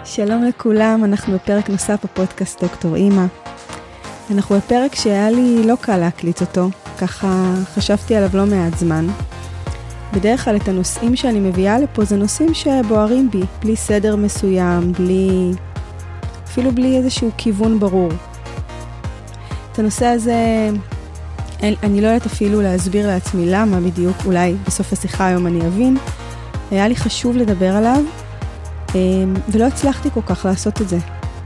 שלום לכולם, אנחנו בפרק נוסף בפודקאסט דוקטור אימא. אנחנו בפרק שהיה לי לא קל להקליט אותו, ככה חשבתי עליו לא מעט זמן. בדרך כלל את הנושאים שאני מביאה לפה זה נושאים שבוערים בי, בלי סדר מסוים, אפילו בלי איזשהו כיוון ברור. את הנושא הזה אני לא יודעת אפילו להסביר לעצמי למה בדיוק, אולי בסוף השיחה היום אני אבין. היה לי חשוב לדבר עליו, ולא הצלחתי כל כך לעשות את זה.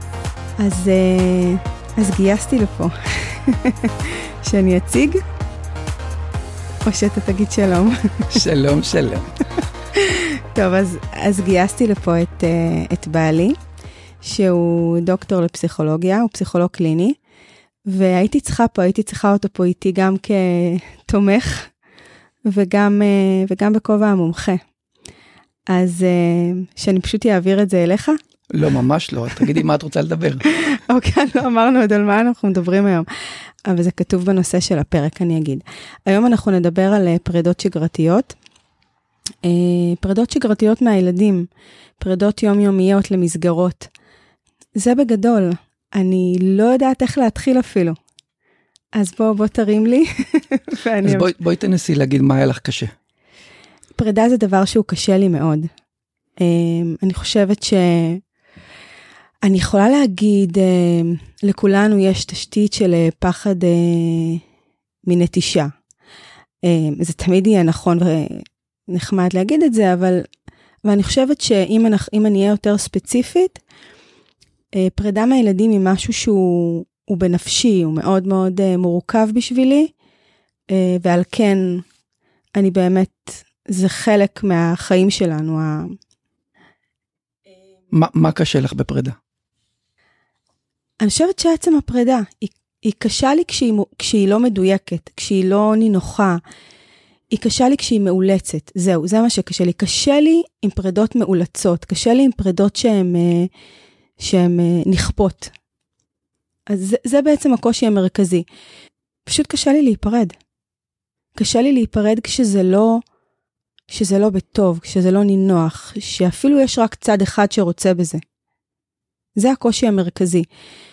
אז גייסתי לפה. שאני אציג? או שאתה תגיד שלום? שלום, שלום. טוב, אז גייסתי לפה את בעלי, שהוא דוקטור לפסיכולוגיה, הוא פסיכולוג קליני, והייתי צריכה אותו פה איתי גם כתומך, וגם בכובע המומחה. אז שאני פשוט אעביר את זה אליך? לא, ממש לא. תגידי מה את רוצה לדבר. אוקיי, לא אמרנו עוד על מה אנחנו מדברים היום. אבל זה כתוב בנושא של הפרק, אני אגיד. היום אנחנו נדבר על פרידות שגרתיות. פרידות שגרתיות מהילדים. פרידות יומיומיות למסגרות. זה בגדול. אני לא יודעת איך להתחיל אפילו. אז בוא תרים לי. אז בואי תנסי להגיד מה היה לך קשה. פרידה זה דבר שהוא קשה לי מאוד. אני חושבת אני יכולה להגיד, לכולנו יש תשתית של פחד מנטישה. זה תמיד יהיה נכון ונחמד להגיד את זה, אבל אני חושבת שאם אני אהיה יותר ספציפית, פרידה מהילדים היא משהו שהוא בנפשי, הוא מאוד מאוד מורכב בשבילי, ועל כן אני באמת, זה חלק מהחיים שלנו. מה קשה לך בפרידה? אני חושבת שעצם הפרידה, היא קשה לי כשהיא לא מדויקת, כשהיא לא נינוחה, היא קשה לי כשהיא מאולצת, זהו, זה מה שקשה לי. קשה לי עם פרידות מאולצות, קשה לי עם פרידות שהן נכפות. אז זה בעצם הקושי המרכזי. פשוט קשה לי להיפרד. קשה לי להיפרד כשזה לא בטוב, כשזה לא נינוח, שאפילו יש רק צד אחד שרוצה בזה. זה הקושי המרכזי.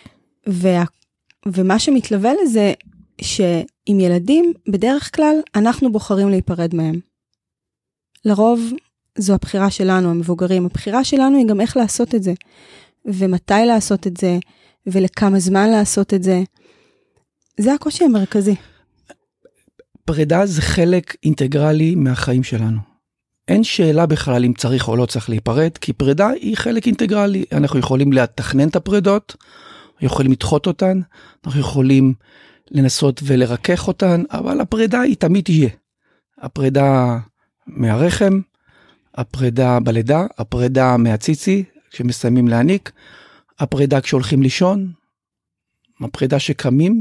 ומה שמתלווה לזה, שעם ילדים, בדרך כלל, אנחנו בוחרים להיפרד מהם. לרוב, זו הבחירה שלנו, המבוגרים. הבחירה שלנו היא גם איך לעשות את זה, ומתי לעשות את זה, ולכמה זמן לעשות את זה. זה הקושי המרכזי. פרידה זה חלק אינטגרלי מהחיים שלנו. אין שאלה בכלל אם צריך או לא צריך להיפרד, כי פרידה היא חלק אינטגרלי. אנחנו יכולים לתכנן את הפרידות, יכולים לדחות אותן, אנחנו יכולים לנסות ולרכך אותן, אבל הפרידה היא תמיד תהיה. הפרידה מהרחם, הפרידה בלידה, הפרידה מהציצי, כשמסיימים להניק, הפרידה כשהולכים לישון, הפרידה שקמים,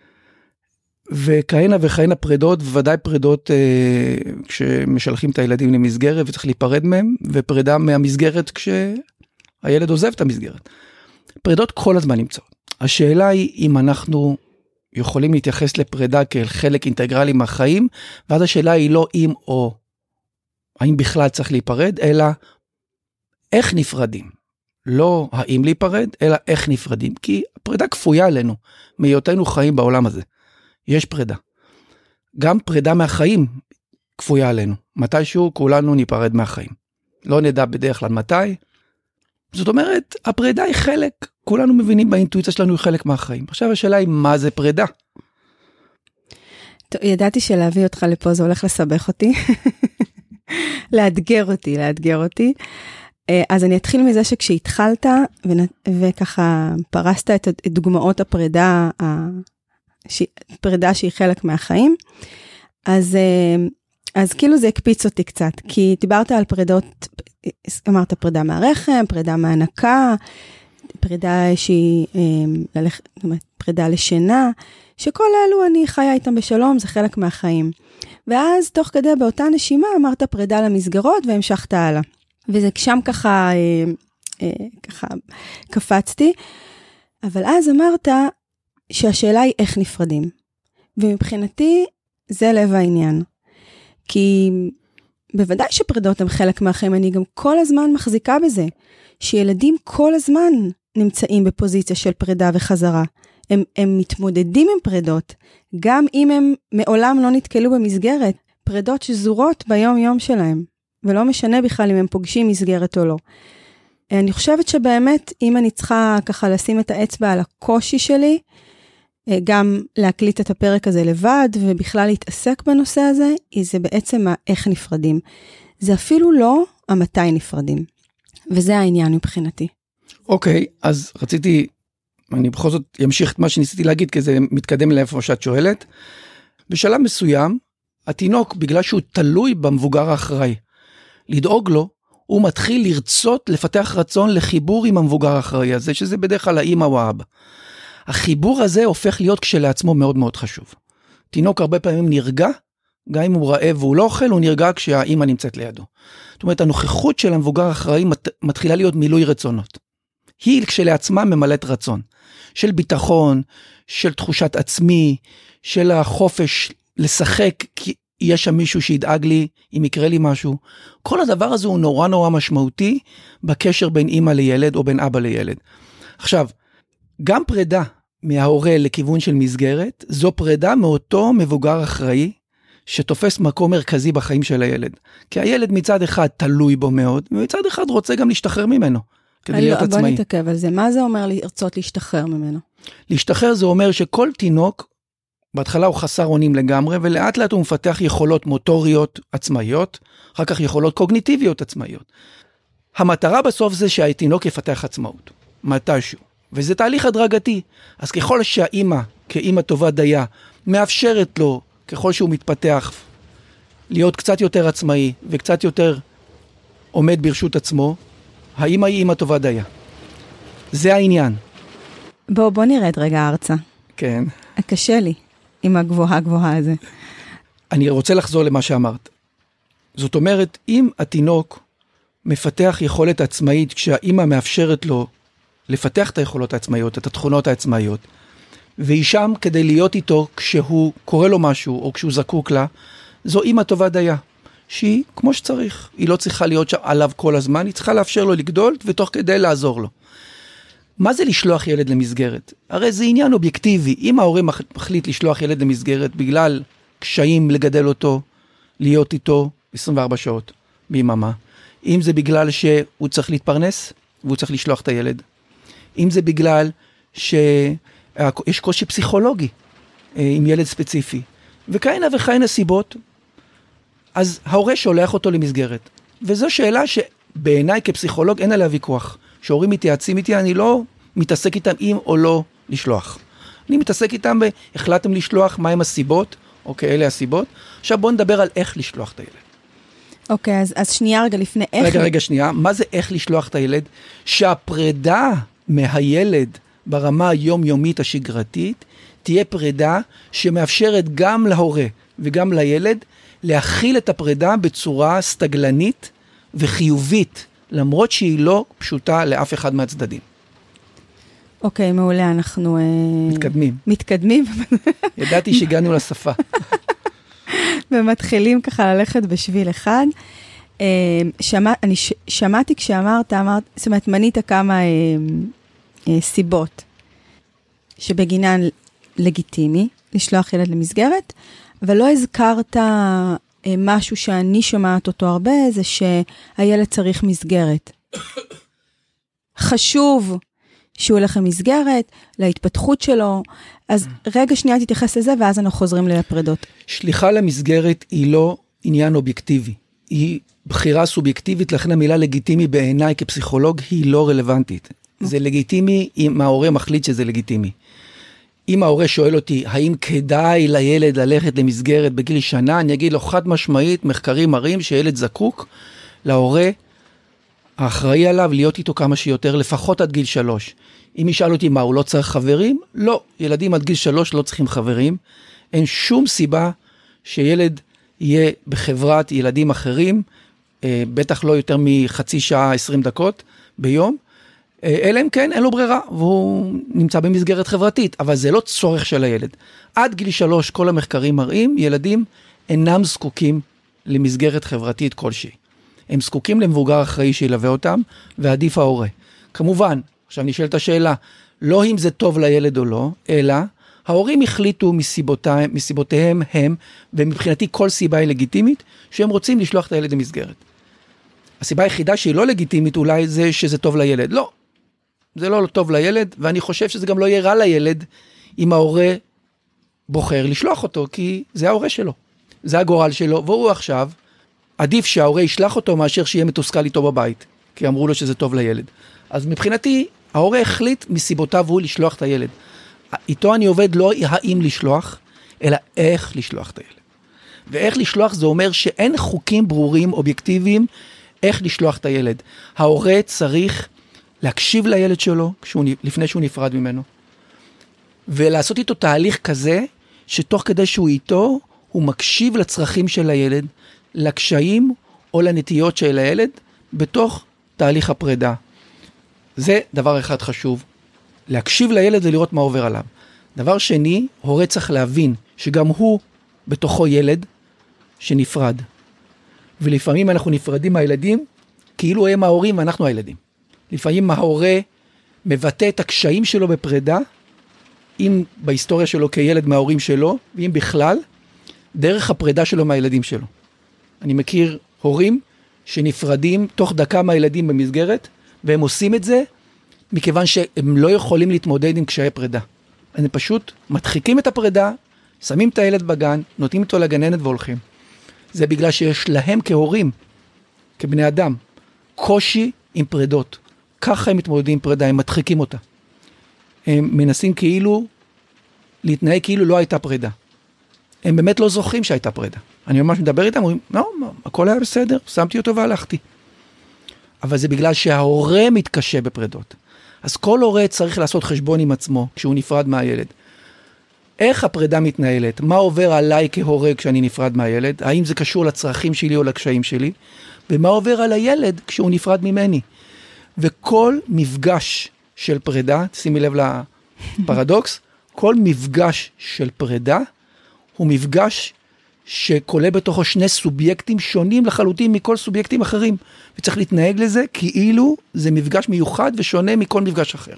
וכהנה וכהנה פרידות, וודאי פרידות כשמשלחים את הילדים למסגרת וצריך להיפרד מהם, ופרידה מהמסגרת כשהילד עוזב את המסגרת. פרידות כל הזמן נמצאות. השאלה היא אם אנחנו יכולים להתייחס לפרידה כאל חלק אינטגרלי מהחיים, ואז השאלה היא לא אם או האם בכלל צריך להיפרד, אלא איך נפרדים. לא האם להיפרד, אלא איך נפרדים. כי פרידה כפויה עלינו, מהיותנו חיים בעולם הזה. יש פרידה. גם פרידה מהחיים כפויה עלינו. מתישהו כולנו ניפרד מהחיים. לא נדע בדרך כלל מתי. זאת אומרת, הפרידה היא חלק, כולנו מבינים באינטואיציה שלנו היא חלק מהחיים. עכשיו השאלה היא מה זה פרידה? טוב, ידעתי שלהביא אותך לפה זה הולך לסבך אותי. לאתגר אותי. אז אני אתחיל מזה שכשהתחלת וככה פרסת את דוגמאות הפרידה, פרידה שהיא חלק מהחיים, אז כאילו זה הקפיץ אותי קצת, כי דיברת על פרידות, אמרת פרידה מהרחם, פרידה מהנקה, פרידה שהיא, פרידה לשינה, שכל אלו אני חיה איתם בשלום, זה חלק מהחיים. ואז תוך כדי באותה נשימה אמרת פרידה למסגרות והמשכת הלאה. וזה שם ככה קפצתי, אבל אז אמרת שהשאלה היא איך נפרדים. ומבחינתי זה לב העניין. כי בוודאי שפרידות הם חלק מהחיים, אני גם כל הזמן מחזיקה בזה, שילדים כל הזמן נמצאים בפוזיציה של פרידה וחזרה. הם מתמודדים עם פרידות, גם אם הם מעולם לא נתקלו במסגרת, פרידות שזורות ביום יום שלהם, ולא משנה בכלל אם הם פוגשים מסגרת או לא. אני חושבת שבאמת, אם אני צריכה ככה לשים את האצבע על הקושי שלי, גם להקליט את הפרק הזה לבד, ובכלל להתעסק בנושא הזה, זה בעצם איך נפרדים. זה אפילו לא המתי נפרדים. וזה העניין מבחינתי. אוקיי, אז רציתי, אני בכל זאת אמשיך את מה שניסיתי להגיד, כי זה מתקדם לאיפה שאת שואלת. בשלב מסוים, התינוק, בגלל שהוא תלוי במבוגר האחראי, לדאוג לו, הוא מתחיל לרצות, לפתח רצון לחיבור עם המבוגר האחראי הזה, שזה בדרך כלל האמא או האבא. החיבור הזה הופך להיות כשלעצמו מאוד מאוד חשוב. תינוק הרבה פעמים נרגע, גם אם הוא רעב והוא לא אוכל, הוא נרגע כשהאמא נמצאת לידו. זאת אומרת, הנוכחות של המבוגר האחראי מתחילה להיות מילוי רצונות. היא כשלעצמה ממלאת רצון. של ביטחון, של תחושת עצמי, של החופש לשחק, כי יש שם מישהו שידאג לי, אם יקרה לי משהו. כל הדבר הזה הוא נורא נורא משמעותי, בקשר בין אמא לילד או בין אבא לילד. עכשיו, גם פרידה מההורה לכיוון של מסגרת, זו פרידה מאותו מבוגר אחראי, שתופס מקום מרכזי בחיים של הילד. כי הילד מצד אחד תלוי בו מאוד, ומצד אחד רוצה גם להשתחרר ממנו, כדי להיות עצמאי. בוא נתעכב על זה. מה זה אומר לרצות להשתחרר ממנו? להשתחרר זה אומר שכל תינוק, בהתחלה הוא חסר אונים לגמרי, ולאט לאט הוא מפתח יכולות מוטוריות עצמאיות, אחר כך יכולות קוגניטיביות עצמאיות. המטרה בסוף זה שהתינוק יפתח עצמאות, מתישהו. וזה תהליך הדרגתי. אז ככל שהאימא, כאימא טובה דייה, מאפשרת לו, ככל שהוא מתפתח, להיות קצת יותר עצמאי, וקצת יותר עומד ברשות עצמו, האימא היא אימא טובה דייה. זה העניין. בוא נרד רגע ארצה. כן. קשה לי עם הגבוהה הזה. אני רוצה לחזור למה שאמרת. זאת אומרת, אם התינוק מפתח יכולת עצמאית, כשהאימא מאפשרת לו לפתח את היכולות העצמאיות, את התכונות העצמאיות, והיא שם כדי להיות איתו כשהוא קורא לו משהו, או כשהוא זקוק לה, זו אימא טובה דייה, שהיא כמו שצריך. היא לא צריכה להיות שם עליו כל הזמן, היא צריכה לאפשר לו לגדול, ותוך כדי לעזור לו. מה זה לשלוח ילד למסגרת? הרי זה עניין אובייקטיבי. אם ההורה מחליט לשלוח ילד למסגרת, בגלל קשיים לגדל אותו, להיות איתו 24 שעות ביממה, אם זה בגלל שהוא צריך להתפרנס, והוא צריך לשלוח את הילד, אם זה בגלל שיש קושי פסיכולוגי עם ילד ספציפי, וכהנה וכהנה סיבות, אז ההורה שולח אותו למסגרת. וזו שאלה שבעיניי כפסיכולוג אין עליה ויכוח. שהורים מתייעצים איתי, אני לא מתעסק איתם אם או לא לשלוח. אני מתעסק איתם בהחלטתם לשלוח, מהם הסיבות, אוקיי, אלה הסיבות. עכשיו בואו נדבר על איך לשלוח את הילד. אוקיי, אז שנייה רגע לפני איך. רגע, שנייה. מה זה איך לשלוח את הילד? שהפרידה מהילד ברמה היומיומית השגרתית, תהיה פרידה שמאפשרת גם להורה וגם לילד להכיל את הפרידה בצורה סטגלנית וחיובית, למרות שהיא לא פשוטה לאף אחד מהצדדים. אוקיי, מעולה, אנחנו מתקדמים. ידעתי שהגענו לשפה. ומתחילים ככה ללכת בשביל אחד. אני שמעתי כשאמרת, זאת אומרת, מנית כמה סיבות שבגינן לגיטימי לשלוח ילד למסגרת, אבל לא הזכרת משהו שאני שומעת אותו הרבה, זה שהילד צריך מסגרת. חשוב שהוא הולך למסגרת, להתפתחות שלו, אז רגע שנייה תתייחס לזה, ואז אנחנו חוזרים לפרידות. שליחה למסגרת היא לא עניין אובייקטיבי, היא בחירה סובייקטיבית, לכן המילה לגיטימי בעיניי כפסיכולוג היא לא רלוונטית. זה לגיטימי אם ההורה מחליט שזה לגיטימי. אם ההורה שואל אותי, האם כדאי לילד ללכת למסגרת בגיל שנה, אני אגיד לו חד משמעית, מחקרים מראים שילד זקוק להורה האחראי עליו להיות איתו כמה שיותר, לפחות עד גיל 3. אם ישאל אותי מה, הוא לא צריך חברים? לא, ילדים עד גיל 3 לא צריכים חברים. אין שום סיבה שילד יהיה בחברת ילדים אחרים, בטח לא יותר מחצי שעה, 20 דקות ביום, אלא אם כן אין לו ברירה, והוא נמצא במסגרת חברתית, אבל זה לא צורך של הילד. עד גיל 3 כל המחקרים מראים, ילדים אינם זקוקים למסגרת חברתית כלשהי. הם זקוקים למבוגר אחראי שילווה אותם, ועדיף ההורה. כמובן, עכשיו נשאלת השאלה, לא אם זה טוב לילד או לא, אלא ההורים החליטו מסיבותיהם הם, ומבחינתי כל סיבה היא לגיטימית, שהם רוצים לשלוח את הילד למסגרת. הסיבה היחידה שהיא לא לגיטימית אולי זה שזה טוב לילד. לא, זה לא טוב לילד, ואני חושב שזה גם לא יהיה רע לילד, אם ההורה בוחר לשלוח אותו, כי זה ההורה שלו. זה הגורל שלו, והוא עכשיו, עדיף שההורה ישלח אותו מאשר שיהיה מתוסכל איתו בבית, כי אמרו לו שזה טוב לילד. אז מבחינתי, ההורה החליט מסיבותיו הוא לשלוח את הילד. איתו אני עובד לא האם לשלוח, אלא איך לשלוח את הילד. ואיך לשלוח זה אומר שאין חוקים ברורים, אובייקטיביים, איך לשלוח את הילד. ההורה צריך להקשיב לילד שלו, לפני שהוא נפרד ממנו, ולעשות איתו תהליך כזה, שתוך כדי שהוא איתו, הוא מקשיב לצרכים של הילד, לקשיים או לנטיות של הילד, בתוך תהליך הפרידה. זה דבר אחד חשוב, להקשיב לילד ולראות מה עובר עליו. דבר שני, הורה צריך להבין שגם הוא בתוכו ילד שנפרד. ולפעמים אנחנו נפרדים מהילדים, כאילו הם ההורים ואנחנו הילדים. לפעמים ההורה מבטא את הקשיים שלו בפרידה, אם בהיסטוריה שלו כילד מההורים שלו, ואם בכלל, דרך הפרידה שלו מהילדים שלו. אני מכיר הורים שנפרדים תוך דקה מהילדים במסגרת, והם עושים את זה מכיוון שהם לא יכולים להתמודד עם קשיי פרידה. הם פשוט מדחיקים את הפרידה, שמים את הילד בגן, נותנים אותו לגננת והולכים. זה בגלל שיש להם כהורים, כבני אדם, קושי עם פרידות. ככה הם מתמודדים עם פרידה, הם מדחיקים אותה. הם מנסים כאילו להתנהג כאילו לא הייתה פרידה. הם באמת לא זוכרים שהייתה פרידה. אני ממש מדבר איתם, אומרים, לא, הכל היה בסדר, שמתי אותו והלכתי. אבל זה בגלל שההורה מתקשה בפרידות. אז כל הורה צריך לעשות חשבון עם עצמו, כשהוא נפרד מהילד. איך הפרידה מתנהלת? מה עובר עליי כהורה כשאני נפרד מהילד? האם זה קשור לצרכים שלי או לקשיים שלי? ומה עובר על הילד כשהוא נפרד ממני? וכל מפגש של פרידה, שימי לב לפרדוקס, כל מפגש של פרידה הוא מפגש שכולל בתוכו שני סובייקטים שונים לחלוטין מכל סובייקטים אחרים. וצריך להתנהג לזה כאילו זה מפגש מיוחד ושונה מכל מפגש אחר.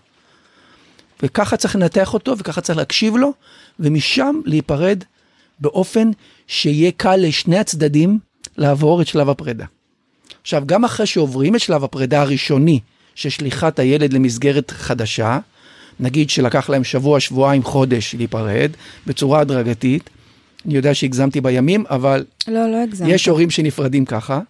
וככה צריך לנתח אותו וככה צריך להקשיב לו, ומשם להיפרד באופן שיהיה קל לשני הצדדים לעבור את שלב הפרידה. עכשיו, גם אחרי שעוברים את שלב הפרידה הראשוני, ששליחת הילד למסגרת חדשה, נגיד שלקח להם שבוע, שבועיים, חודש להיפרד, בצורה הדרגתית, אני יודע שהגזמתי בימים, אבל לא הגזמת. יש הורים שנפרדים ככה,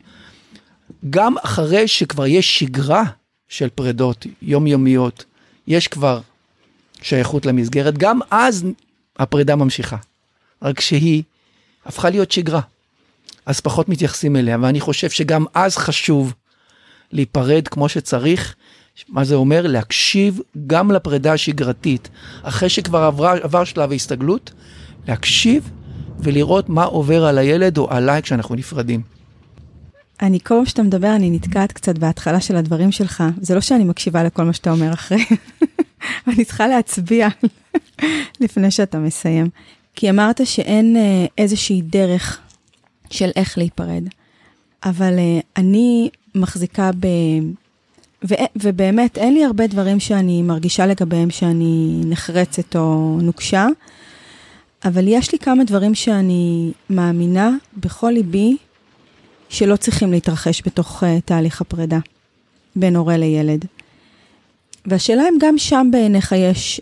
גם אחרי שכבר יש שגרה של פרידות יומיומיות, יש כבר שייכות למסגרת, גם אז הפרידה ממשיכה, רק שהיא הפכה להיות שגרה, אז פחות מתייחסים אליה, ואני חושב שגם אז חשוב להיפרד כמו שצריך. מה זה אומר? להקשיב גם לפרידה השגרתית, אחרי שכבר עבר שלב ההסתגלות, להקשיב ולראות מה עובר על הילד או עליי כשאנחנו נפרדים. אני כל פעם שאתה מדבר, אני נתקעת קצת בהתחלה של הדברים שלך. זה לא שאני מקשיבה לכל מה שאתה אומר אחרי. אני צריכה להצביע לפני שאתה מסיים. כי אמרת שאין איזושהי דרך של איך להיפרד. אבל אני מחזיקה ובאמת אין לי הרבה דברים שאני מרגישה לגביהם שאני נחרצת או נוקשה. אבל יש לי כמה דברים שאני מאמינה בכל ליבי, שלא צריכים להתרחש בתוך תהליך הפרידה, בין הורה לילד. והשאלה אם גם שם בעיניך יש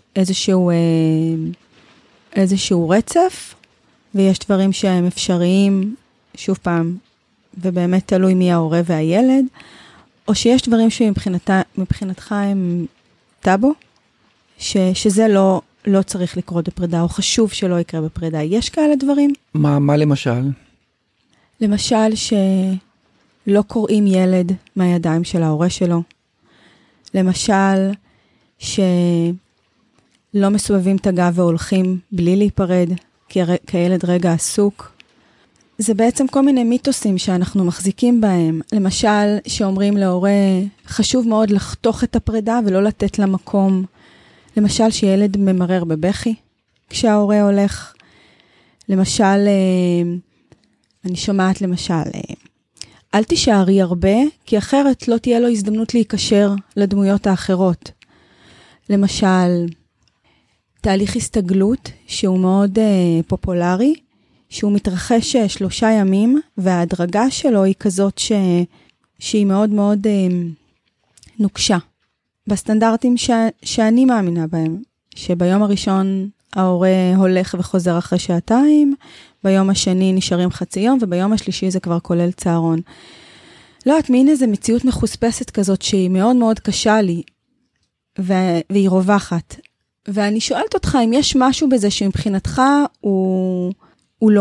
איזשהו רצף, ויש דברים שהם אפשריים, שוב פעם, ובאמת תלוי מי ההורה והילד, או שיש דברים שמבחינתך הם טאבו, שזה לא צריך לקרות בפרידה, או חשוב שלא יקרה בפרידה. יש כאלה דברים? מה למשל? למשל שלא קוראים ילד מהידיים של ההורה שלו. למשל שלא מסובבים את הגב והולכים בלי להיפרד, כי הילד רגע עסוק. זה בעצם כל מיני מיתוסים שאנחנו מחזיקים בהם. למשל שאומרים להורה, חשוב מאוד לחתוך את הפרידה ולא לתת לה מקום. למשל שילד ממרר בבכי כשההורה הולך. למשל אני שומעת למשל, אל תישארי הרבה, כי אחרת לא תהיה לו הזדמנות להיקשר לדמויות האחרות. למשל, תהליך הסתגלות שהוא מאוד פופולרי, שהוא מתרחש 3 ימים, וההדרגה שלו היא כזאת שהיא מאוד מאוד נוקשה. בסטנדרטים שאני מאמינה בהם, שביום הראשון ההורה הולך וחוזר אחרי 2 ביום השני נשארים חצי יום, וביום השלישי זה כבר כולל צהרון. לא יודעת, מין איזו מציאות מחוספסת כזאת שהיא מאוד מאוד קשה לי, והיא רווחת. ואני שואלת אותך אם יש משהו בזה שמבחינתך הוא לא.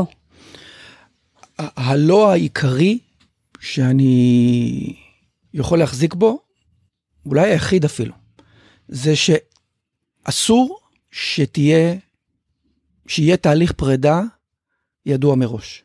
הלא העיקרי שאני יכול להחזיק בו, אולי היחיד אפילו, זה שאסור שיהיה תהליך פרידה ידוע מראש.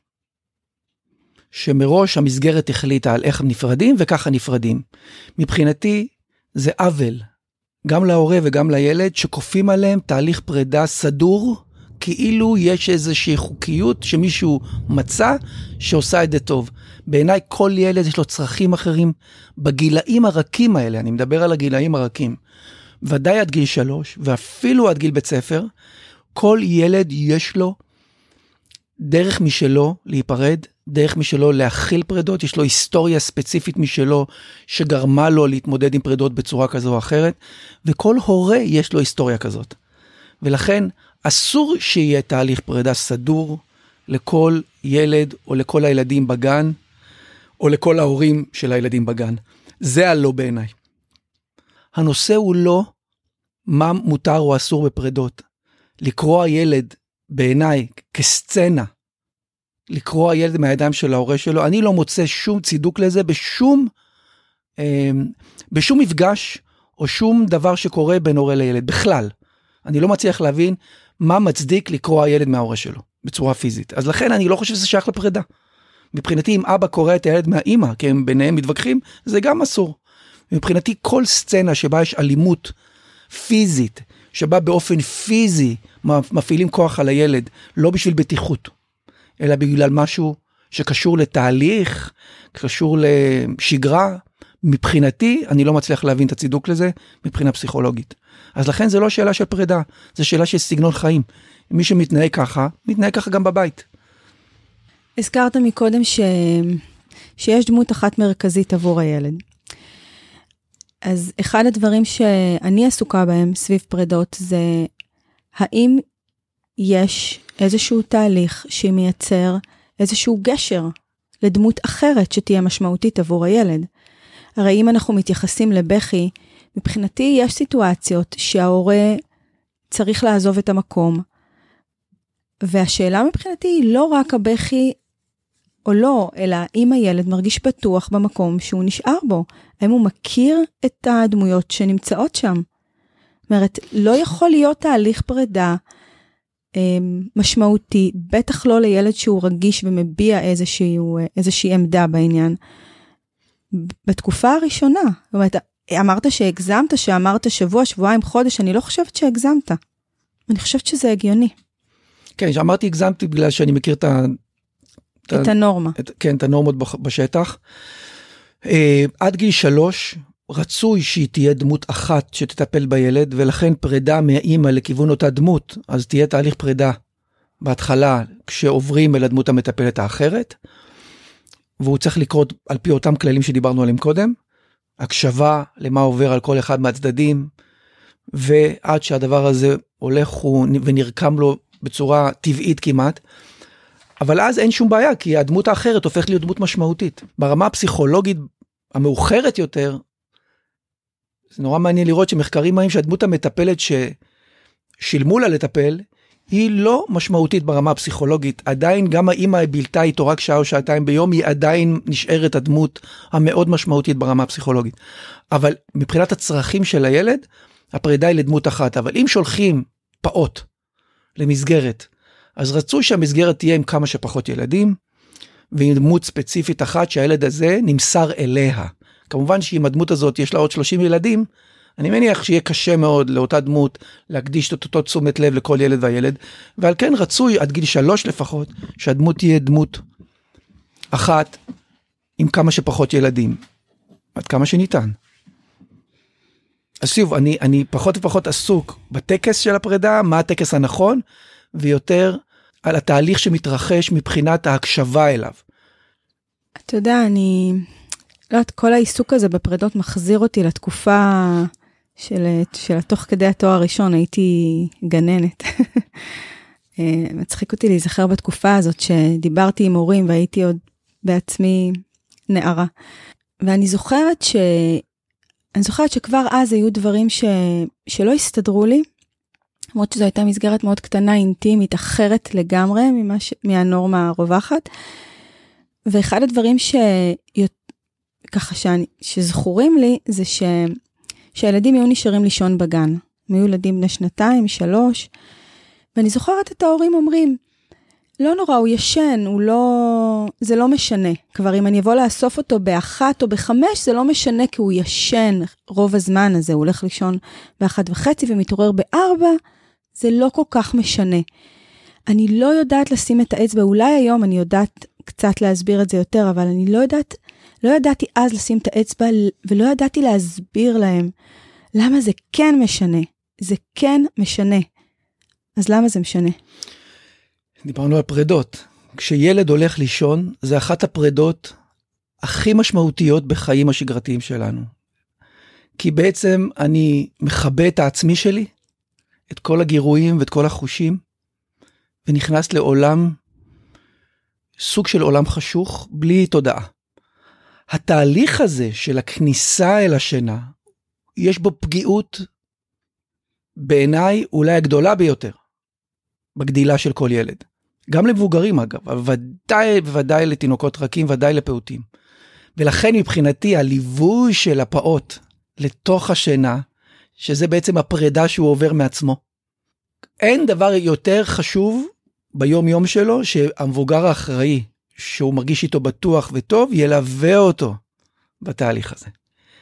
שמראש המסגרת החליטה על איך נפרדים וככה נפרדים. מבחינתי זה עוול, גם להורה וגם לילד, שכופים עליהם תהליך פרידה סדור, כאילו יש איזושהי חוקיות שמישהו מצא שעושה את זה טוב. בעיניי כל ילד יש לו צרכים אחרים, בגילאים הרכים האלה, אני מדבר על הגילאים הרכים, ודאי עד גיל 3, ואפילו עד גיל בית ספר, כל ילד יש לו דרך משלו להיפרד, דרך משלו להכיל פרידות, יש לו היסטוריה ספציפית משלו שגרמה לו להתמודד עם פרידות בצורה כזו או אחרת, וכל הורה יש לו היסטוריה כזאת. ולכן אסור שיהיה תהליך פרידה סדור לכל ילד או לכל הילדים בגן, או לכל ההורים של הילדים בגן. זה הלא בעיניי. הנושא הוא לא מה מותר או אסור בפרידות. לקרוא הילד בעיניי כסצנה, לקרוא הילד מהידיים של ההורה שלו, אני לא מוצא שום צידוק לזה בשום מפגש או שום דבר שקורה בין הורה לילד, בכלל. אני לא מצליח להבין מה מצדיק לקרוא הילד מההורה שלו, בצורה פיזית. אז לכן אני לא חושב שזה שייך לפרידה. מבחינתי אם אבא קורא את הילד מהאמא, כי הם ביניהם מתווכחים, זה גם אסור. מבחינתי כל סצנה שבה יש אלימות פיזית, שבה באופן פיזי מפעילים כוח על הילד, לא בשביל בטיחות, אלא בגלל משהו שקשור לתהליך, קשור לשגרה, מבחינתי אני לא מצליח להבין את הצידוק לזה, מבחינה פסיכולוגית. אז לכן זה לא שאלה של פרידה, זה שאלה של סגנון חיים. מי שמתנהג ככה, מתנהג ככה גם בבית. הזכרת מקודם שיש דמות אחת מרכזית עבור הילד. אז אחד הדברים שאני עסוקה בהם סביב פרידות זה האם יש איזשהו תהליך שמייצר איזשהו גשר לדמות אחרת שתהיה משמעותית עבור הילד. הרי אם אנחנו מתייחסים לבכי, מבחינתי יש סיטואציות שההורה צריך לעזוב את המקום, והשאלה מבחינתי היא לא רק הבכי או לא, אלא אם הילד מרגיש בטוח במקום שהוא נשאר בו, האם הוא מכיר את הדמויות שנמצאות שם. זאת אומרת, לא יכול להיות תהליך פרידה משמעותי, בטח לא לילד שהוא רגיש ומביע איזושהי עמדה בעניין. בתקופה הראשונה, זאת אומרת, אמרת שהגזמת, שאמרת שבוע, שבועיים, חודש, אני לא חושבת שהגזמת. אני חושבת שזה הגיוני. כן, שאמרתי הגזמתי בגלל שאני מכיר את הנורמה. כן, את הנורמות בשטח. עד גיל 3, רצוי שהיא תהיה דמות אחת שתטפל בילד, ולכן פרידה מהאימא לכיוון אותה דמות, אז תהיה תהליך פרידה בהתחלה, כשעוברים אל הדמות המטפלת האחרת, והוא צריך לקרות על פי אותם כללים שדיברנו עליהם קודם, הקשבה למה עובר על כל אחד מהצדדים, ועד שהדבר הזה הולך ונרקם לו בצורה טבעית כמעט, אבל אז אין שום בעיה, כי הדמות האחרת הופכת להיות דמות משמעותית. ברמה הפסיכולוגית המאוחרת יותר, זה נורא מעניין לראות שמחקרים מראים שהדמות המטפלת ששילמו לה לטפל, היא לא משמעותית ברמה הפסיכולוגית. עדיין גם האמא בילתה איתו רק שעה או שעתיים ביום, היא עדיין נשארת הדמות המאוד משמעותית ברמה הפסיכולוגית. אבל מבחינת הצרכים של הילד, הפרידה היא לדמות אחת. אבל אם שולחים פעוט למסגרת, אז רצו שהמסגרת תהיה עם כמה שפחות ילדים, ועם דמות ספציפית אחת שהילד הזה נמסר אליה. כמובן שאם הדמות הזאת יש לה עוד 30 ילדים, אני מניח שיהיה קשה מאוד לאותה דמות להקדיש את אותו תשומת לב לכל ילד וילד, ועל כן רצוי עד גיל 3 לפחות, שהדמות תהיה דמות אחת, עם כמה שפחות ילדים, עד כמה שניתן. אז שוב, אני פחות ופחות עסוק בטקס של הפרידה, מה הטקס הנכון, ויותר על התהליך שמתרחש מבחינת ההקשבה אליו. אתה יודע, לא יודעת, כל העיסוק הזה בפרידות מחזיר אותי לתקופה של תוך כדי התואר הראשון, הייתי גננת. מצחיק אותי להיזכר בתקופה הזאת שדיברתי עם הורים והייתי עוד בעצמי נערה. ואני זוכרת שכבר אז היו דברים שלא הסתדרו לי, למרות שזו הייתה מסגרת מאוד קטנה, אינטימית, אחרת לגמרי מהנורמה הרווחת. ואחד הדברים שזכורים לי, זה שהילדים היו נשארים לישון בגן. הם היו ילדים בני 2, 3, ואני זוכרת את ההורים אומרים, לא נורא, הוא ישן, זה לא משנה. כבר אם אני אבוא לאסוף אותו ב1 או ב5, זה לא משנה, כי הוא ישן רוב הזמן הזה, הוא הולך לישון ב1.5 ומתעורר ב4, זה לא כל כך משנה. אני לא יודעת לשים את האצבע, אולי היום אני יודעת קצת להסביר את זה יותר, אבל אני לא ידעתי אז לשים את האצבע, ולא ידעתי להסביר להם, למה זה כן משנה. זה כן משנה. אז למה זה משנה? דיברנו על פרידות. כשילד הולך לישון, זה אחת הפרידות הכי משמעותיות בחיים השגרתיים שלנו. כי בעצם אני מכבה את העצמי שלי, את כל הגירויים ואת כל החושים, ונכנס לעולם, סוג של עולם חשוך, בלי תודעה. התהליך הזה של הכניסה אל השינה, יש בו פגיעות, בעיניי אולי הגדולה ביותר, בגדילה של כל ילד. גם למבוגרים אגב, אבל ודאי לתינוקות רכים, ודאי לפעוטים. ולכן מבחינתי הליווי של הפעוט לתוך השינה, שזה בעצם הפרידה שהוא עובר מעצמו. אין דבר יותר חשוב ביום יום שלו, שהמבוגר האחראי, שהוא מרגיש איתו בטוח וטוב, ילווה אותו בתהליך הזה.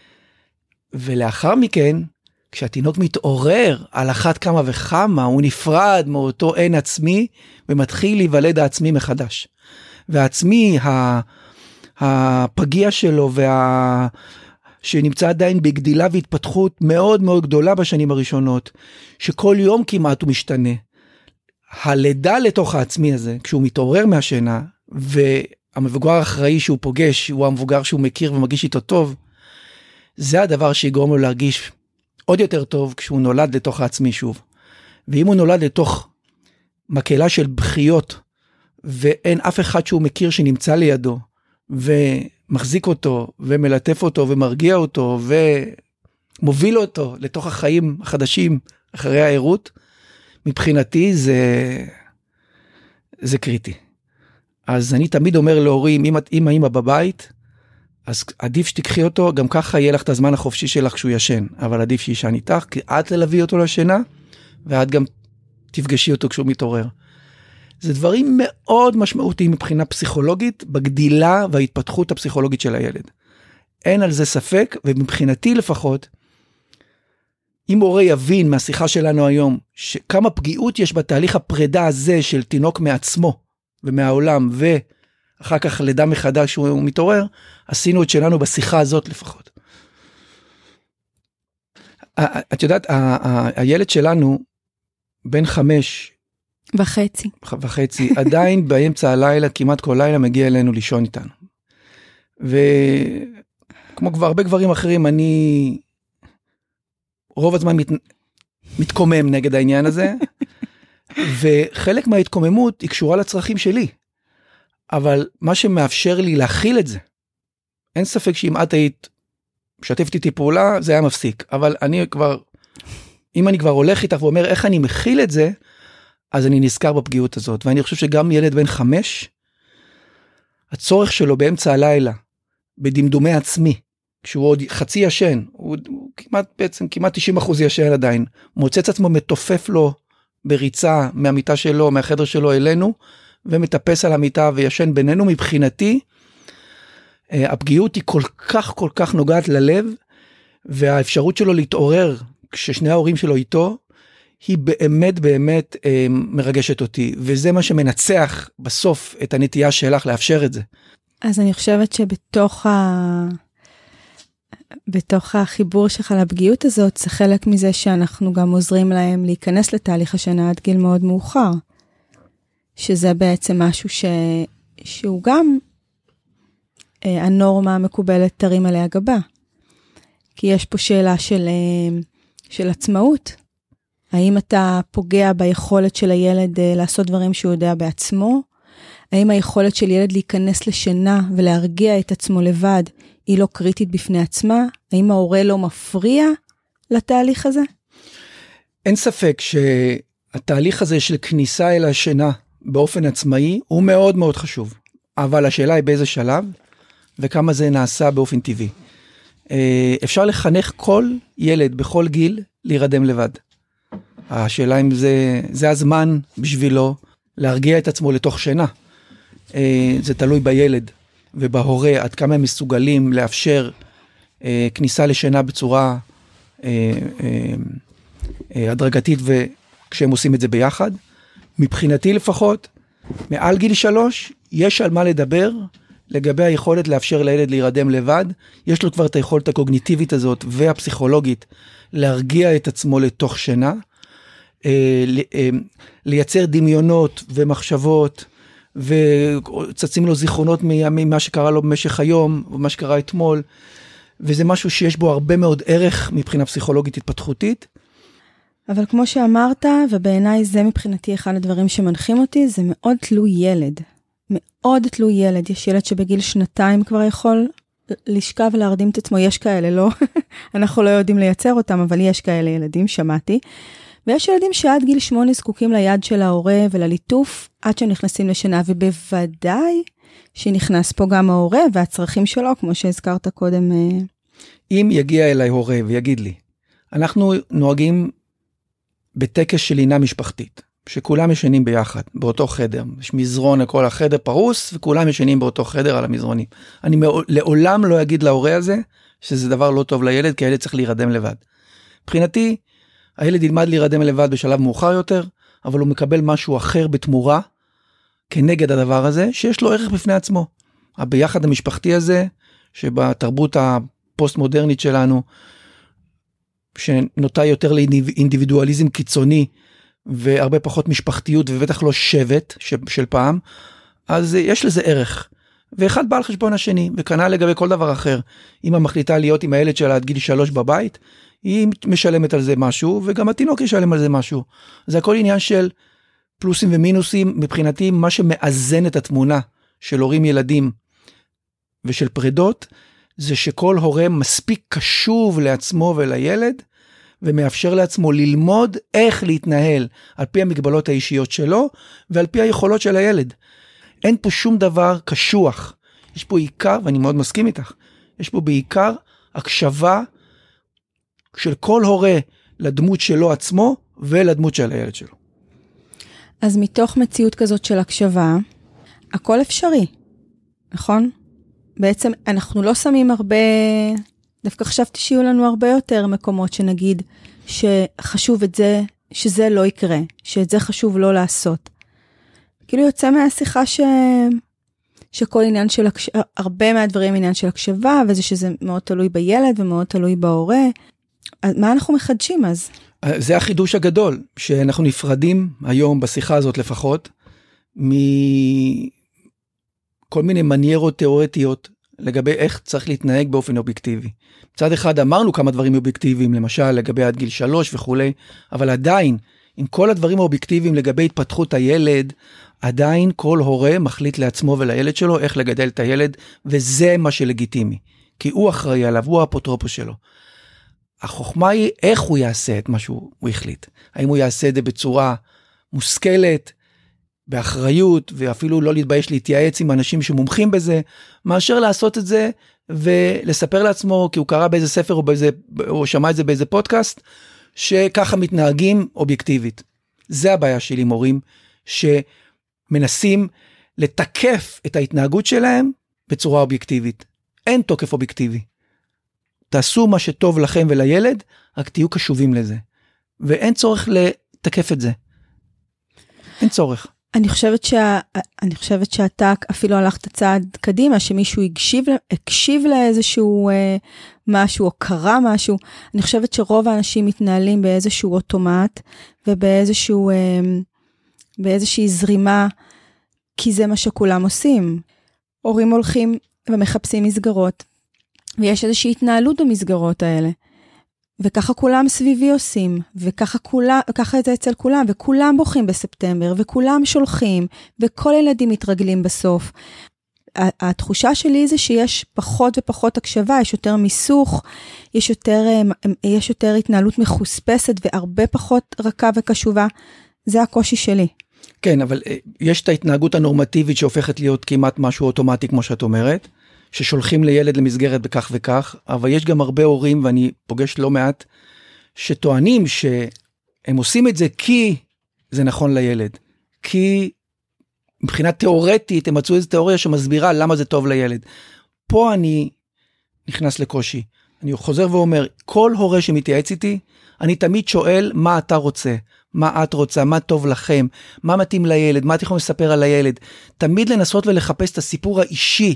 ולאחר מכן, כשהתינוק מתעורר על אחת כמה וכמה, הוא נפרד מאותו אין עצמי, ומתחיל להיוולד העצמי מחדש. והעצמי, הפגיע שלו, שנמצא עדיין בגדילה והתפתחות מאוד מאוד גדולה בשנים הראשונות, שכל יום כמעט הוא משתנה. הלידה לתוך העצמי הזה, כשהוא מתעורר מהשינה, והמבוגר האחראי שהוא פוגש, הוא המבוגר שהוא מכיר ומרגיש איתו טוב, זה הדבר שיגרום לו להרגיש עוד יותר טוב כשהוא נולד לתוך העצמי שוב. ואם הוא נולד לתוך מקהלה של בחיות, ואין אף אחד שהוא מכיר שנמצא לידו, ומחזיק אותו, ומלטף אותו, ומרגיע אותו, ומוביל אותו לתוך החיים החדשים אחרי העירות, מבחינתי זה קריטי. אז אני תמיד אומר להורים, אם האמא בבית, אז עדיף שתקחי אותו, גם ככה יהיה לך את הזמן החופשי שלך כשהוא ישן, אבל עדיף שישן איתך, כי את תלווי אותו לשינה, ואת גם תפגשי אותו כשהוא מתעורר. זה דברים מאוד משמעותיים מבחינה פסיכולוגית, בגדילה וההתפתחות הפסיכולוגית של הילד. אין על זה ספק, ומבחינתי לפחות, אם הורה יבין מהשיחה שלנו היום, שכמה פגיעות יש בתהליך הפרידה הזה של תינוק מעצמו, ומהעולם, ואחר כך לידה מחדש שהוא מתעורר, עשינו את שלנו בשיחה הזאת לפחות. את יודעת, הילד שלנו, בן 5.5, עדיין באמצע הלילה, כמעט כל לילה, מגיע אלינו לישון איתנו. וכמו כבר הרבה גברים אחרים, אני רוב הזמן מתקומם נגד העניין הזה, וחלק מההתקוממות היא קשורה לצרכים שלי. אבל מה שמאפשר לי להכיל את זה, אין ספק שאם את היית משתפת איתי פעולה, זה היה מפסיק. אבל אם אני כבר הולך איתך ואומר איך אני מכיל את זה, אז אני נזכר בפגיעות הזאת. ואני חושב שגם ילד בן 5, הצורך שלו באמצע הלילה, בדמדומי עצמי, כשהוא עוד חצי ישן, הוא כמעט 90% ישן עדיין, מוצץ עצמו מתופף לו בריצה מהמיטה שלו, מהחדר שלו אלינו, ומטפס על המיטה וישן בינינו. מבחינתי, הפגיעות היא כל כך נוגעת ללב, והאפשרות שלו להתעורר כששני ההורים שלו איתו, היא באמת מרגשת אותי, וזה מה שמנצח בסוף את הנטייה שלך לאפשר את זה. אז אני חושבת בתוך החיבור שלך לפגיעות הזאת, זה חלק מזה שאנחנו גם עוזרים להם להיכנס לתהליך השינה עד גיל מאוד מאוחר. שזה בעצם משהו שהוא גם הנורמה המקובלת תרים עליה גבה. כי יש פה שאלה של עצמאות. האם אתה פוגע ביכולת של הילד לעשות דברים שהוא יודע בעצמו? האם היכולת של ילד להיכנס לשינה ולהרגיע את עצמו לבד היא לא קריטית בפני עצמה? האם ההורה לא מפריע לתהליך הזה? אין ספק שהתהליך הזה של כניסה אל השינה באופן עצמאי הוא מאוד מאוד חשוב. אבל השאלה היא באיזה שלב וכמה זה נעשה באופן טבעי. אפשר לחנך כל ילד בכל גיל להירדם לבד. השאלה אם זה הזמן בשבילו להרגיע את עצמו לתוך שינה. זה תלוי בילד ובהורה, עד כמה הם מסוגלים לאפשר כניסה לשינה בצורה הדרגתית וכשהם עושים את זה ביחד. מבחינתי לפחות, מעל גיל 3, יש על מה לדבר לגבי היכולת לאפשר לילד להירדם לבד. יש לו כבר את היכולת הקוגניטיבית הזאת והפסיכולוגית להרגיע את עצמו לתוך שינה, לייצר דמיונות ומחשבות, וצצים לו זיכרונות ממה שקרה לו במשך היום, ומה שקרה אתמול, וזה משהו שיש בו הרבה מאוד ערך מבחינה פסיכולוגית התפתחותית. אבל כמו שאמרת, ובעיניי זה מבחינתי אחד הדברים שמנחים אותי, זה מאוד תלוי ילד. מאוד תלוי ילד. יש ילד שבגיל 2 כבר יכול לשכב ולהרדים את עצמו. יש כאלה, לא? אנחנו לא יודעים לייצר אותם, אבל יש כאלה ילדים, שמעתי. ויש ילדים שעד גיל 8 זקוקים ליד של ההורה ולליטוף, עד שהם נכנסים לשינה, ובוודאי שנכנס פה גם ההורה והצרכים שלו, כמו שהזכרת קודם. אם יגיע אליי הורה ויגיד לי, אנחנו נוהגים בטקס של לינה משפחתית, שכולם ישנים ביחד, באותו חדר. יש מזרון, כל החדר פרוס, וכולם ישנים באותו חדר על המזרונים. אני לעולם לא אגיד להורה הזה, שזה דבר לא טוב לילד, כי הילד צריך להירדם לבד. מבחינתי, הילד ילמד להירדם לבד בשלב מאוחר יותר, אבל הוא מקבל משהו אחר בתמורה, כנגד הדבר הזה, שיש לו ערך בפני עצמו. הביחד המשפחתי הזה, שבתרבות הפוסט-מודרנית שלנו, שנוטה יותר לאינדיבידואליזם קיצוני, והרבה פחות משפחתיות, ובטח לא שבט של פעם, אז יש לזה ערך. ואחד בא על חשבון השני, וכנ"ל לגבי כל דבר אחר. אמא מחליטה להיות עם הילד שלה עד גיל 3 בבית, היא משלמת על זה משהו, וגם התינוק ישלם על זה משהו. זה הכל עניין של פלוסים ומינוסים, מבחינתי מה שמאזן את התמונה של הורים ילדים ושל פרדות, זה שכל הורה מספיק קשוב לעצמו ולילד, ומאפשר לעצמו ללמוד איך להתנהל על פי המגבלות האישיות שלו, ועל פי היכולות של הילד. אין פה שום דבר קשוח. יש פה עיקר, ואני מאוד מסכים איתך, יש פה בעיקר הקשבה של כל הורה לדמות שלו עצמו, ולדמות של הילד שלו. אז מתוך מציאות כזאת של הקשבה, הכל אפשרי, נכון? בעצם אנחנו לא שמים הרבה, דווקא חשבתי שיהיו לנו הרבה יותר מקומות שנגיד שחשוב את זה, שזה לא יקרה, שאת זה חשוב לא לעשות. כאילו יוצא מהשיחה שכל עניין של הרבה מהדברים עניין של הקשבה, וזה שזה מאוד תלוי בילד ומאוד תלוי בהורה. אז מה אנחנו מחדשים אז? זה החידוש הגדול, שאנחנו נפרדים היום בשיחה הזאת לפחות, מכל מיני מניירות תיאורטיות, לגבי איך צריך להתנהג באופן אובייקטיבי. מצד אחד אמרנו כמה דברים אובייקטיביים, למשל לגבי עד גיל 3 וכו', אבל עדיין, עם כל הדברים האובייקטיביים לגבי התפתחות הילד, עדיין כל הורה מחליט לעצמו ולילד שלו איך לגדל את הילד, וזה מה שלגיטימי. כי הוא אחראי עליו, הוא האפוטרופוס שלו. החוכמה היא איך הוא יעשה את מה שהוא החליט. האם הוא יעשה את זה בצורה מושכלת, באחריות, ואפילו לא להתבייש להתייעץ עם אנשים שמומחים בזה, מאשר לעשות את זה ולספר לעצמו, כי הוא קרא באיזה ספר או שמע את זה באיזה פודקאסט, שככה מתנהגים אובייקטיבית. זה הבעיה שלי עם הורים, שמנסים לתקף את ההתנהגות שלהם בצורה אובייקטיבית. אין תוקף אובייקטיבי. תעשו מה שטוב לכם ולילד, רק תהיו קשובים לזה. ואין צורך לתקף את זה. אין צורך. אני חושבת שאתה אפילו הלכת צעד קדימה, שמישהו הקשיב לאיזשהו משהו, או קרא משהו. אני חושבת שרוב האנשים מתנהלים באיזשהו אוטומט, באיזושהי זרימה, כי זה מה שכולם עושים. הורים הולכים ומחפשים מסגרות, ויש איזושהי התנהלות במסגרות האלה. וככה כולם סביבי עושים, וככה זה אצל כולם, וכולם בוכים בספטמבר, וכולם שולחים, וכל ילדים מתרגלים בסוף. התחושה שלי זה שיש פחות ופחות הקשבה, יש יותר מיסוך, יש יותר התנהלות מחוספסת, והרבה פחות רכה וקשובה. זה הקושי שלי. כן, אבל יש את ההתנהגות הנורמטיבית שהופכת להיות כמעט משהו אוטומטי, כמו שאת אומרת, ששולחים לילד למסגרת בכך וכך, אבל יש גם הרבה הורים, ואני פוגש לא מעט, שטוענים שהם עושים את זה כי זה נכון לילד. כי מבחינה תיאורטית, הם מצאו איזו תיאוריה שמסבירה למה זה טוב לילד. פה אני נכנס לקושי. אני חוזר ואומר, כל הורה שמתייעץ איתי, אני תמיד שואל מה אתה רוצה, מה את רוצה, מה טוב לכם, מה מתאים לילד, מה אתם יכולים לספר על הילד. תמיד לנסות ולחפש את הסיפור האישי,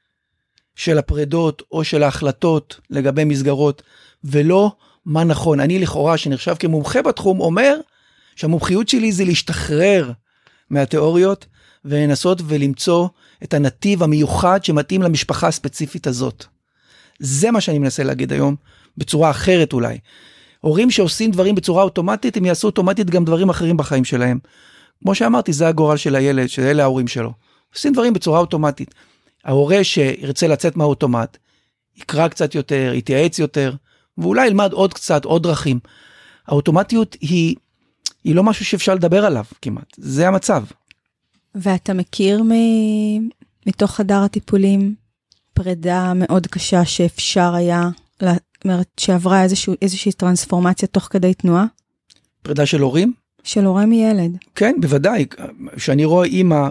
של הפרדות או של ההחלטות לגבי מסגרות, ולא מה נכון. אני לכאורה שנחשב כמומחה בתחום אומר שהמומחיות שלי זה להשתחרר מהתיאוריות ולנסות ולמצוא את הנתיב המיוחד שמתאים למשפחה הספציפית הזאת. זה מה שאני מנסה להגיד היום בצורה אחרת אולי. הורים שעושים דברים בצורה אוטומטית, הם יעשו אוטומטית גם דברים אחרים בחיים שלהם. כמו שאמרתי, זה הגורל של הילד, שאלה ההורים שלו. עושים דברים בצורה אוטומטית. ההורה שירצה לצאת מהאוטומט, יקרא קצת יותר, יתייעץ יותר, ואולי ילמד עוד קצת, עוד דרכים. האוטומטיות היא לא משהו שאפשר לדבר עליו כמעט. זה המצב. ואתה מכיר מתוך חדר הטיפולים פרידה מאוד קשה שאפשר היה, שעברה איזושהי טרנספורמציה תוך כדי תנועה? פרידה של הורים? של הורה מילד. כן, בוודאי. כשאני רואה אמא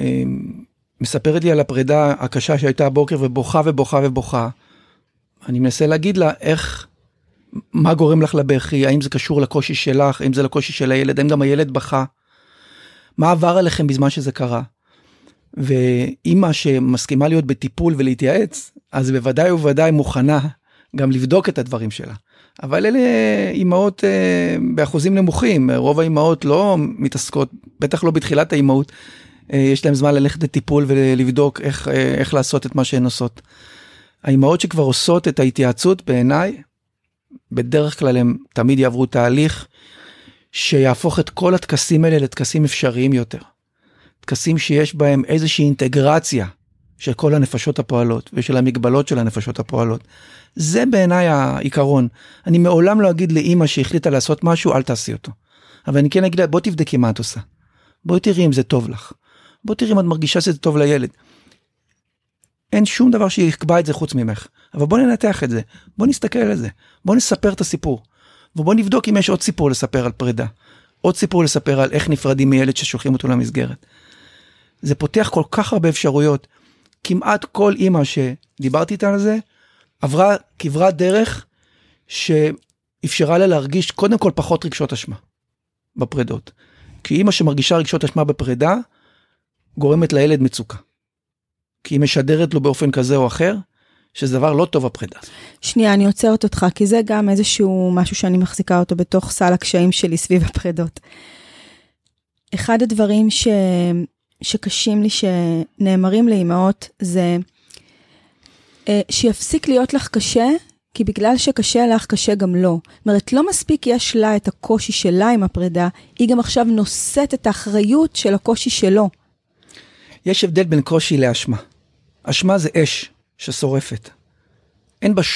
מספרת לי על הפרידה הקשה שהייתה הבוקר ובוכה ובוכה ובוכה, אני מנסה להגיד לה מה גורם לך לבכי, האם זה קשור לקושי שלך, האם זה לקושי של הילד, האם גם הילד בכה, מה עבר עליכם בזמן שזה קרה. ואמא שמסכימה להיות בטיפול ולהתייעץ, אז בוודאי ובוודאי מוכנה גם לבדוק את הדברים שלה. אבל אלה אימהות באחוזים נמוכים, רוב האימהות לא מתעסקות, בטח לא בתחילת האימהות, יש להם זמן ללכת לטיפול ולבדוק איך לעשות את מה שהן עושות. האימהות שכבר עושות את ההתייעצות בעיניי, בדרך כלל הם תמיד יעברו תהליך שיהפוך את כל התקסים האלה לתקסים אפשריים יותר. תקסים שיש בהם איזושהי אינטגרציה של כל הנפשות הפועלות ושל המגבלות של הנפשות הפועלות. זה בעיניי העיקרון. אני מעולם לא אגיד לאמא שהחליטה לעשות משהו, אל תעשי אותו. אבל אני כן אגיד לה, בוא תבדקי מה את עושה. בואי תראי אם זה טוב לך. בוא תראי אם את מרגישה שזה טוב לילד. אין שום דבר שיקבע את זה חוץ ממך. אבל בוא ננתח את זה. בוא נסתכל על זה. בוא נספר את הסיפור. ובוא נבדוק אם יש עוד סיפור לספר על פרידה. עוד סיפור לספר על איך נפרדים מילד ששולחים אותו למסגרת. זה פותח כל כך הרבה אפשרויות. כמעט כל אמא שדיברתי איתה על זה, עברה כברת דרך שאפשרה לה להרגיש קודם כל פחות רגשות אשמה בפרידות. כי אמא שמרגישה רגשות אשמה בפרידה, גורמת לילד מצוקה. כי היא משדרת לו באופן כזה או אחר, שזה דבר לא טוב הפרידה. שנייה, אני עוצרת אותך, כי זה גם איזשהו משהו שאני מחזיקה אותו בתוך סל הקשיים שלי סביב הפרידות. אחד הדברים שקשים לי, שנאמרים לאמהות, זה שיפסיק להיות לך קשה, כי בגלל שקשה לך, קשה גם לא. זאת אומרת, לא מספיק יש לה את הקושי שלה עם הפרידה, היא גם עכשיו נושאת את האחריות של הקושי שלו. יש הבדל בין קושי לאשמה. אשמה זה אש ששורפת. אין בה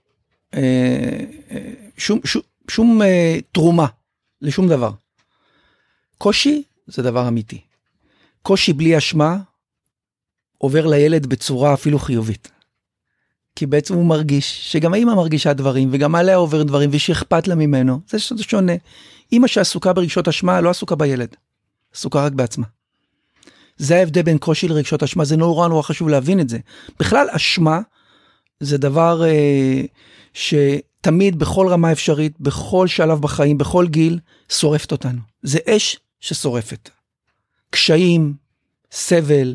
שום תרומה לשום דבר. קושי זה דבר אמיתי. קושי בלי אשמה עובר לילד בצורה אפילו חיובית. כי בעצם הוא מרגיש שגם האמא מרגישה דברים, וגם עליה עובר דברים, ושאכפת לה ממנו. זה שונה. אמא שעסוקה ברגשות אשמה, לא עסוקה בילד. עסוקה רק בעצמה. זה ההבדל בין קושי לרגשות אשמה, זה נורא חשוב להבין את זה. בכלל, אשמה זה דבר שתמיד בכל רמה אפשרית, בכל שלב בחיים, בכל גיל, שורפת אותנו. זה אש ששורפת. קשיים, סבל,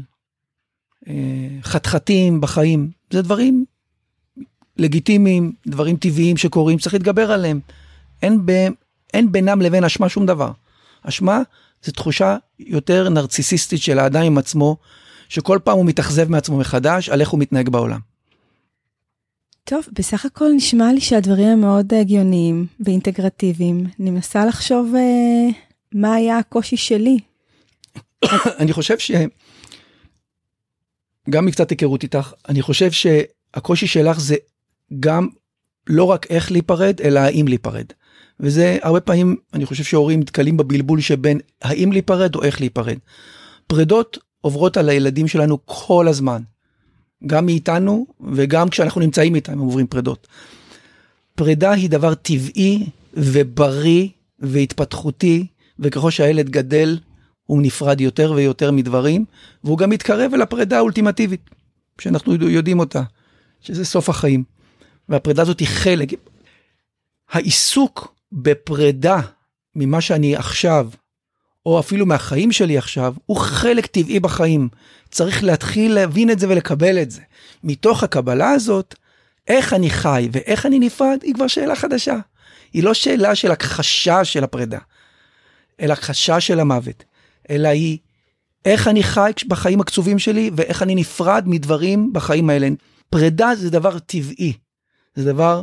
חתחתים בחיים, זה דברים לגיטימיים, דברים טבעיים שקורים, צריך להתגבר עליהם. אין בינם לבין אשמה שום דבר. אשמה זה תחושה יותר נרציסיסטית של האדם עם עצמו, שכל פעם הוא מתאכזב מעצמו מחדש, על איך הוא מתנהג בעולם. טוב, בסך הכל נשמע לי שהדברים הם מאוד הגיוניים ואינטגרטיביים. אני מנסה לחשוב מה היה הקושי שלי. אני חושב גם מקצת היכרות איתך, אני חושב שהקושי שלך זה גם לא רק איך להיפרד, אלא האם להיפרד. וזה הרבה פעמים, אני חושב שהורים מתקלים בבלבול שבין האם להיפרד או איך להיפרד. פרדות עוברות על הילדים שלנו כל הזמן. גם מאיתנו וגם כשאנחנו נמצאים איתם, הם עוברים פרדות. פרידה היא דבר טבעי ובריא והתפתחותי, וככל שהילד גדל, הוא נפרד יותר ויותר מדברים, והוא גם מתקרב אל הפרידה האולטימטיבית, שאנחנו יודעים אותה, שזה סוף החיים. והפרידה הזאת היא חלק. העיסוק בפרידה ממה שאני עכשיו, או אפילו מהחיים שלי עכשיו, הוא חלק טבעי בחיים. צריך להתחיל להבין את זה ולקבל את זה. מתוך הקבלה הזאת, איך אני חי ואיך אני נפרד, היא כבר שאלה חדשה. היא לא שאלה של הכחשה של הפרידה, אלא הכחשה של המוות. אלא היא איך אני חי בחיים הקצובים שלי, ואיך אני נפרד מדברים בחיים האלה. פרידה זה דבר טבעי. זה דבר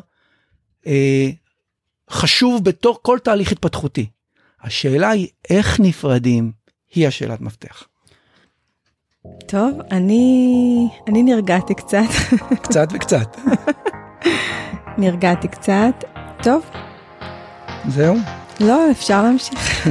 חשוב בתור כל תהליך התפתחותי. השאלה היא איך נפרדים, היא השאלת מפתח. טוב, אני נרגעתי קצת. קצת וקצת. נרגעתי קצת. טוב. זהו? לא, אפשר להמשיך.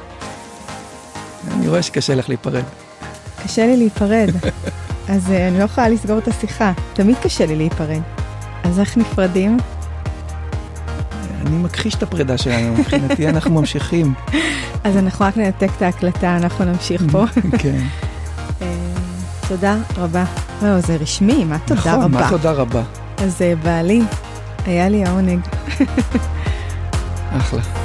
אני רואה שקשה לך להיפרד. קשה לי להיפרד. אז אני לא יכולה לסגור את השיחה. תמיד קשה לי להיפרד. אז איך נפרדים? אני מכחיש את הפרידה שלנו, מבחינתי אנחנו ממשיכים. אז אנחנו רק ננתק את ההקלטה, אנחנו נמשיך פה. כן. תודה רבה. זה רשמי, מה תודה רבה? נכון, מה תודה רבה? אז בעלי, היה לי העונג. אחלה.